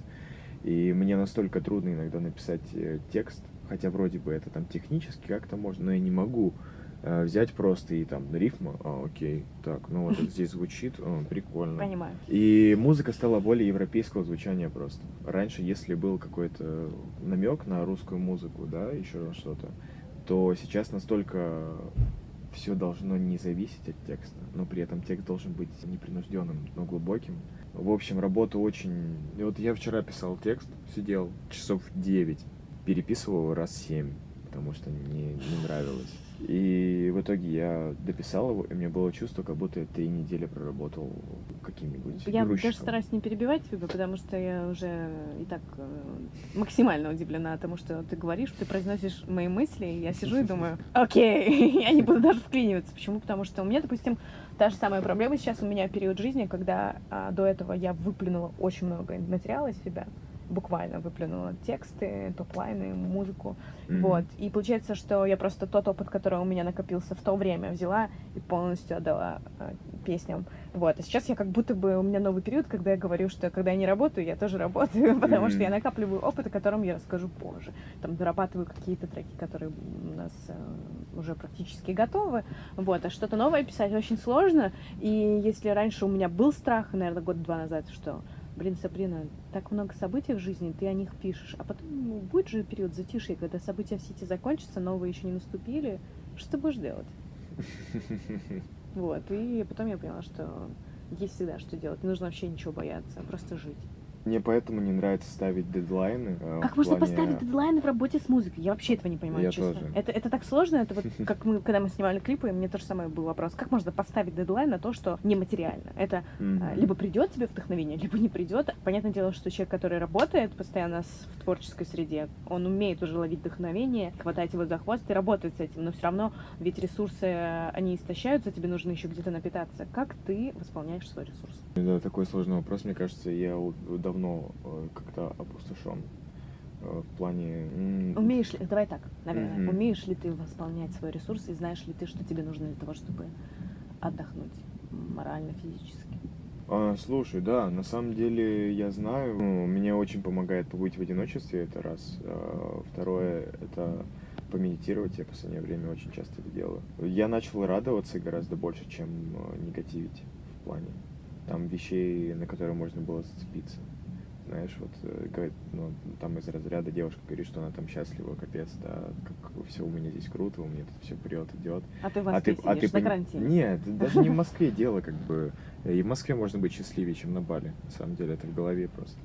И мне настолько трудно иногда написать текст, хотя вроде бы это там технически как-то можно, но я не могу взять просто и там рифма, окей, так, ну вот это здесь звучит, прикольно. Понимаю. И музыка стала более европейского звучания просто. Раньше, если был какой-то намек на русскую музыку, да, еще что-то, то сейчас настолько все должно не зависеть от текста, но при этом текст должен быть непринужденным, но глубоким. В общем, работа очень... И вот я вчера писал текст, сидел часов 9, переписывал его раз 7, потому что не нравилось. И в итоге я дописал его, и мне было чувство, как будто я 3 недели проработал каким-нибудь Я грузчиком. даже стараюсь не перебивать тебя, потому что я уже и так максимально удивлена тому, что ты говоришь, ты произносишь мои мысли, и я сижу и думаю, окей, я не буду даже вклиниваться. Почему? Потому что у меня, допустим, та же самая проблема сейчас, у меня период жизни, когда до этого я выплюнула очень много материала из себя, буквально выплюнула тексты, топ-лайны, музыку. Вот. И получается, что я просто тот опыт, который у меня накопился в то время, взяла и полностью отдала песням. Вот. А сейчас я как будто бы... У меня новый период, когда я говорю, что когда я не работаю, я тоже работаю, потому что я накапливаю опыт, о котором я расскажу позже. Там дорабатываю какие-то треки, которые у нас уже практически готовы. Вот. А что-то новое писать очень сложно. И если раньше у меня был страх, наверное, 2 года назад, что... Блин, Сабрина, так много событий в жизни, ты о них пишешь, а потом будет же период затишья, когда события все эти закончатся, новые еще не наступили, что ты будешь делать? Вот, и потом я поняла, что есть всегда что делать, не нужно вообще ничего бояться, просто жить. Мне поэтому не нравится ставить дедлайны. Как можно поставить дедлайны в работе с музыкой? Я вообще этого не понимаю, Я честно. тоже. Это так сложно, это вот как мы, когда мы снимали клипы, мне тоже самое был вопрос. Как можно поставить дедлайн на то, что нематериально? Это либо придет тебе вдохновение, либо не придет. Понятное дело, что человек, который работает постоянно в творческой среде, он умеет уже ловить вдохновение, хватать его за хвост и работать с этим. Но все равно ведь ресурсы, они истощаются, тебе нужно еще где-то напитаться. Как ты восполняешь свой ресурс? Это такой сложный вопрос, мне кажется, я давно как-то опустошен в плане... Умеешь ли, давай так, наверное, умеешь ли ты восполнять свой ресурс и знаешь ли ты, что тебе нужно для того, чтобы отдохнуть морально, физически? Слушай, да, на самом деле я знаю, мне очень помогает побыть в одиночестве, это раз. Второе, это помедитировать, я в последнее время очень часто это делаю. Я начал радоваться гораздо больше, чем негативить в плане там вещей, на которые можно было зацепиться. Знаешь, вот ну, там из разряда девушка говорит, что она там счастлива, капец, да, как все у меня здесь круто, у меня тут все прет, идет. А ты в Москве сидишь на карантине? Нет, даже не в Москве дело, как бы. И в Москве можно быть счастливее, чем на Бали. На самом деле, это в голове просто.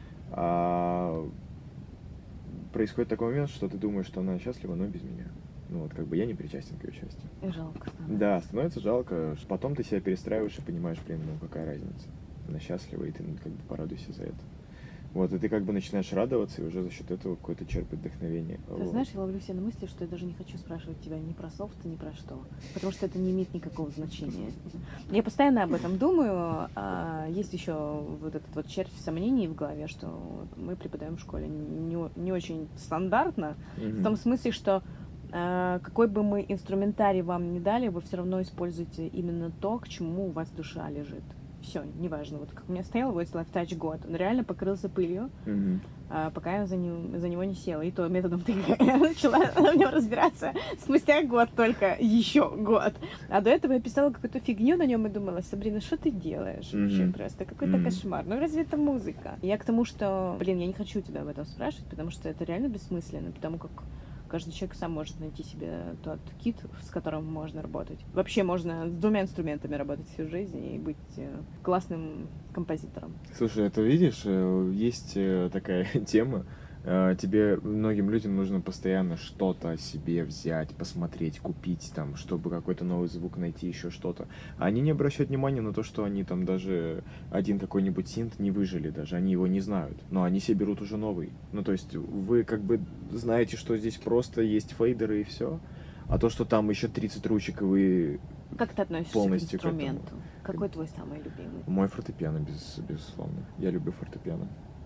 Происходит такой момент, что ты думаешь, что она счастлива, но без меня. Ну вот, как бы я не причастен к ее счастью. И жалко становится. Да, становится жалко. Потом ты себя перестраиваешь и понимаешь, блин, ну какая разница. Она счастлива, и ты как бы порадуйся за это. Вот, и ты как бы начинаешь радоваться, и уже за счет этого какое-то черпать вдохновение. Ты знаешь, я ловлю себя на мысли, что я даже не хочу спрашивать тебя ни про софт, ни про что, потому что это не имеет никакого значения. Я постоянно об этом думаю, а есть еще вот этот вот червь сомнений в голове, что мы преподаем в школе не очень стандартно, в том смысле, что какой бы мы инструментарий вам ни дали, вы все равно используете именно то, к чему у вас душа лежит. Все, неважно. Вот как у меня стоял Voice Life Touch год, он реально покрылся пылью, пока я за него не села. И то методом тыка я начала в нем разбираться спустя год только, еще год. А до этого я писала какую-то фигню на нем и думала, Сабрина, что ты делаешь вообще просто? Какой-то кошмар. Ну разве это музыка? Я к тому, что, блин, я не хочу тебя об этом спрашивать, потому что это реально бессмысленно, потому как каждый человек сам может найти себе тот кит, с которым можно работать. Вообще можно с 2 инструментами работать всю жизнь и быть классным композитором. Слушай, это видишь, есть такая тема, тебе, многим людям нужно постоянно что-то о себе взять, посмотреть, купить там, чтобы какой-то новый звук найти, еще что-то. Они не обращают внимания на то, что они там даже один какой-нибудь синт не выжили даже, они его не знают, но они себе берут уже новый. Ну, то есть вы как бы знаете, что здесь просто есть фейдеры и все, а то, что там еще 30 ручек, и вы как ты относишься полностью к инструменту? Какой твой самый любимый? Мой фортепиано, безусловно. Я люблю фортепиано.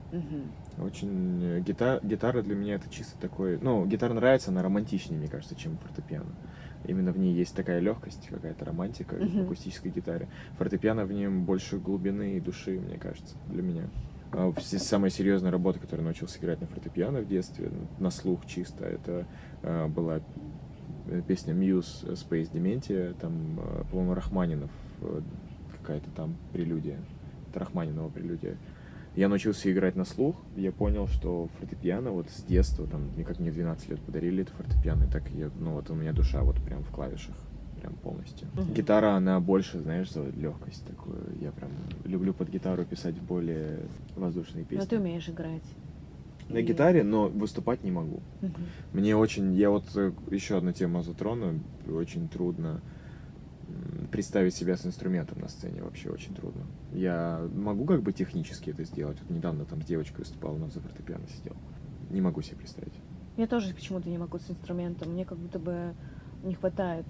Очень гитара для меня это чисто такой... Ну, гитара нравится, она романтичнее, мне кажется, чем фортепиано. Именно в ней есть такая легкость, какая-то романтика в акустической гитаре. Фортепиано в нем больше глубины и души, мне кажется, для меня. Самая серьезная работа, которую научился играть на фортепиано в детстве, на слух чисто, это была песня Muse Space Dementia, там, по-моему, Рахманинов, какая-то там прелюдия. Это Рахманинова прелюдия. Я научился играть на слух, я понял, что фортепиано вот с детства, там, как мне в 12 лет подарили это фортепиано, и так я, ну вот у меня душа вот прям в клавишах, прям полностью. Гитара, она больше, знаешь, за легкость такую. Я прям люблю под гитару писать более воздушные песни. Но ты умеешь играть. На гитаре, но выступать не могу. Мне очень, я вот еще одну тему затрону, очень трудно представить себя с инструментом на сцене, вообще очень трудно. Я могу как бы технически это сделать. Вот недавно там с девочкой выступал, но за фортепиано сидел. Не могу себе представить. Я тоже почему-то не могу с инструментом. Мне как будто бы не хватает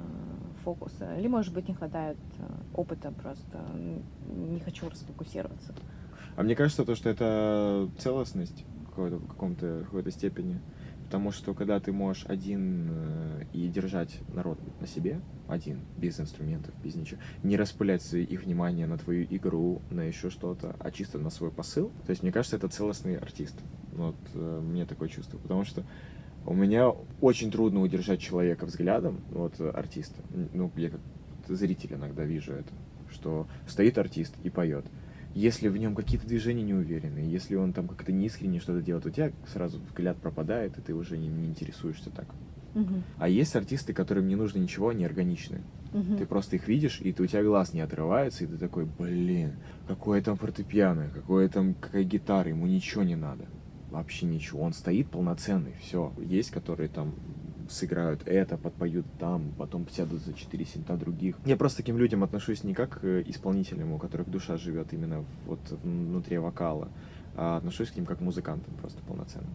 фокуса. Или, может быть, не хватает опыта просто. Не хочу расфокусироваться. А мне кажется, то, что это целостность в какой-то степени. Потому что когда ты можешь один и держать народ на себе, один, без инструментов, без ничего, не распылять их внимание на твою игру, на еще что-то, а чисто на свой посыл, то есть мне кажется, это целостный артист. Вот мне такое чувство. Потому что у меня очень трудно удержать человека взглядом, вот артиста. Ну, я как зритель иногда вижу это, что стоит артист и поет. Если в нем какие-то движения неуверенные, если он там как-то неискренне что-то делает, у тебя сразу взгляд пропадает, и ты уже не интересуешься так. А есть артисты, которым не нужно ничего, они органичны. Ты просто их видишь, и у тебя глаз не отрывается, и ты такой, блин, какое там фортепиано, какая гитара, ему ничего не надо. Вообще ничего. Он стоит полноценный, все. Есть, которые там сыграют это, подпоют там, потом сядут за 4 синта других. Я просто к таким людям отношусь не как к исполнителям, у которых душа живет именно вот внутри вокала, а отношусь к ним как к музыкантам просто полноценным.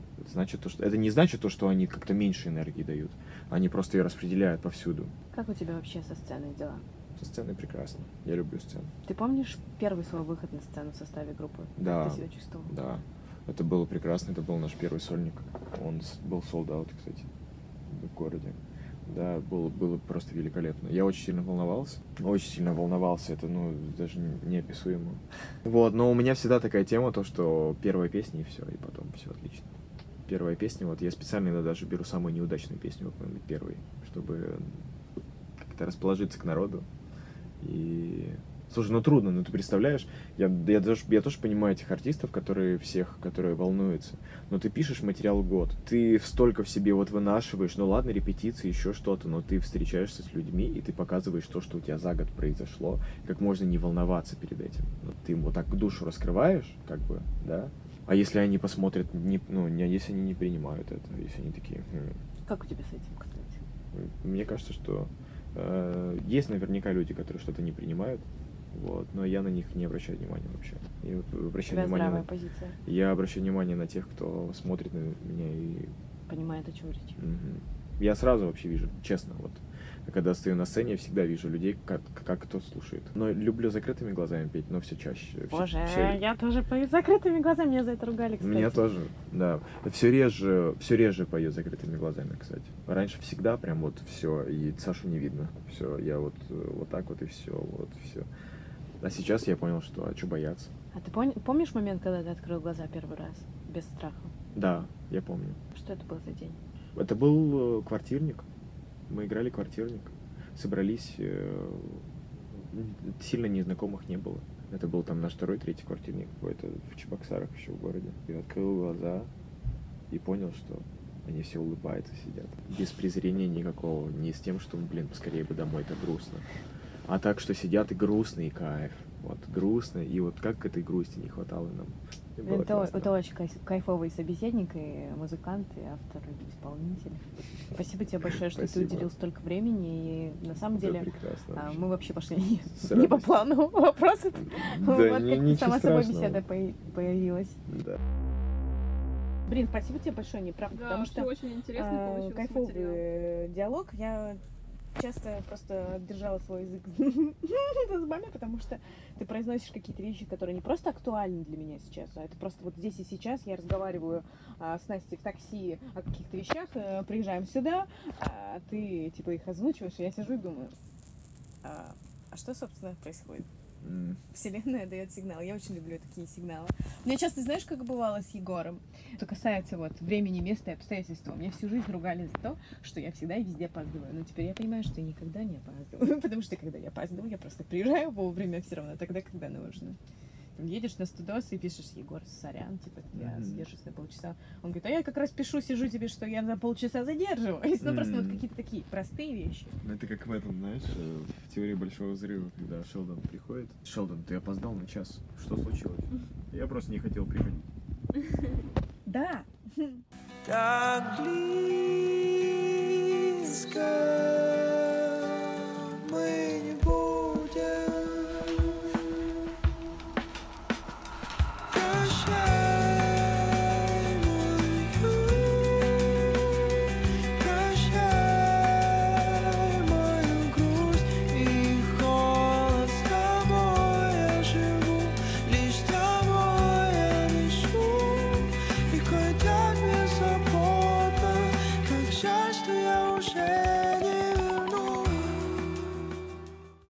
Это не значит то, что они как-то меньше энергии дают. Они просто ее распределяют повсюду. Как у тебя вообще со сценой дела? Со сценой прекрасно. Я люблю сцену. Ты помнишь первый свой выход на сцену в составе группы? Да. Как ты себя чувствовал? Да. Это было прекрасно. Это был наш первый сольник. Он был sold out, кстати, в городе. Да, было просто великолепно. Я очень сильно волновался. Это, даже неописуемо. Вот, но у меня всегда такая тема, то, что первая песня и все, и потом все отлично. Первая песня, вот я специально иногда даже беру самую неудачную песню, вот, наверное, первой, чтобы как-то расположиться к народу. И... Слушай, трудно, ты представляешь, я тоже понимаю этих артистов, которые волнуются, но ты пишешь материал год, ты столько в себе вот вынашиваешь, ладно, репетиции, еще что-то, но ты встречаешься с людьми, и ты показываешь то, что у тебя за год произошло, как можно не волноваться перед этим. Ты вот так душу раскрываешь, как бы, да, а если они посмотрят, если они не принимают это, если они такие... Как у тебя с этим, кстати? Мне кажется, что есть наверняка люди, которые что-то не принимают, вот, но я на них не обращаю внимания вообще. Здравая позиция. Я обращаю внимание на тех, кто смотрит на меня и... Понимает, о чем речь. Я сразу вообще вижу, честно, вот. Когда стою на сцене, я всегда вижу людей, как кто слушает. Но люблю закрытыми глазами петь, но все чаще. Боже, я тоже пою с закрытыми глазами, меня за это ругали, кстати. Меня тоже, да. Все реже пою с закрытыми глазами, кстати. Раньше всегда прям вот все, и Сашу не видно. Все, я вот так вот и все. А сейчас я понял, что что бояться. А ты помнишь момент, когда ты открыл глаза первый раз, без страха? Да, я помню. Что это был за день? Это был квартирник. Мы играли квартирник. Собрались, сильно незнакомых не было. Это был там наш третий квартирник какой-то в Чебоксарах еще в городе. Я открыл глаза и понял, что они все улыбаются, сидят. Без презрения никакого. Не с тем, что, поскорее бы домой, это грустно. А так, что сидят и грустно, и кайф. Вот, грустно. И вот как этой грусти не хватало нам. Это очень кайфовый собеседник, и музыкант, и автор, и исполнитель. Спасибо тебе большое, что ты уделил столько времени. И на самом деле мы вообще пошли не по плану вопросов. Да, вот как сама собой беседа появилась. Да. Блин, спасибо тебе большое, неправда, да, потому что очень интересно получился кайфовый материал. диалог. Я часто просто держала свой язык за зубами, потому что ты произносишь какие-то вещи, которые не просто актуальны для меня сейчас, а это просто вот здесь и сейчас я разговариваю с Настей в такси о каких-то вещах, приезжаем сюда, а ты типа их озвучиваешь, и я сижу и думаю, а что, собственно, происходит? Вселенная дает сигнал. Я очень люблю такие сигналы. У меня часто, знаешь, как бывало с Егором? Что касается вот времени, места и обстоятельств. Меня всю жизнь ругали за то, что я всегда и везде опаздываю. Но теперь я понимаю, что я никогда не опаздываю. Потому что когда я опаздываю, я просто приезжаю вовремя все равно тогда, когда нужно. Там едешь на студос и пишешь: Егор, сорян, типа, я задержусь на полчаса. Он говорит: а я как раз пишу, сижу тебе, что я на полчаса задерживаюсь. Ну, просто вот какие-то такие простые вещи. Ну, это как в этом, знаешь, в теории Большого Взрыва, когда Шелдон приходит. Шелдон, ты опоздал на час. Что случилось? Я просто не хотел приходить. Да. Так близко мы не будем. Прощай, мой юг, прощай мою грусть и холод. С тобой я живу, лишь с тобой я дышу. И хоть так беззаботно, как жаль, что я уже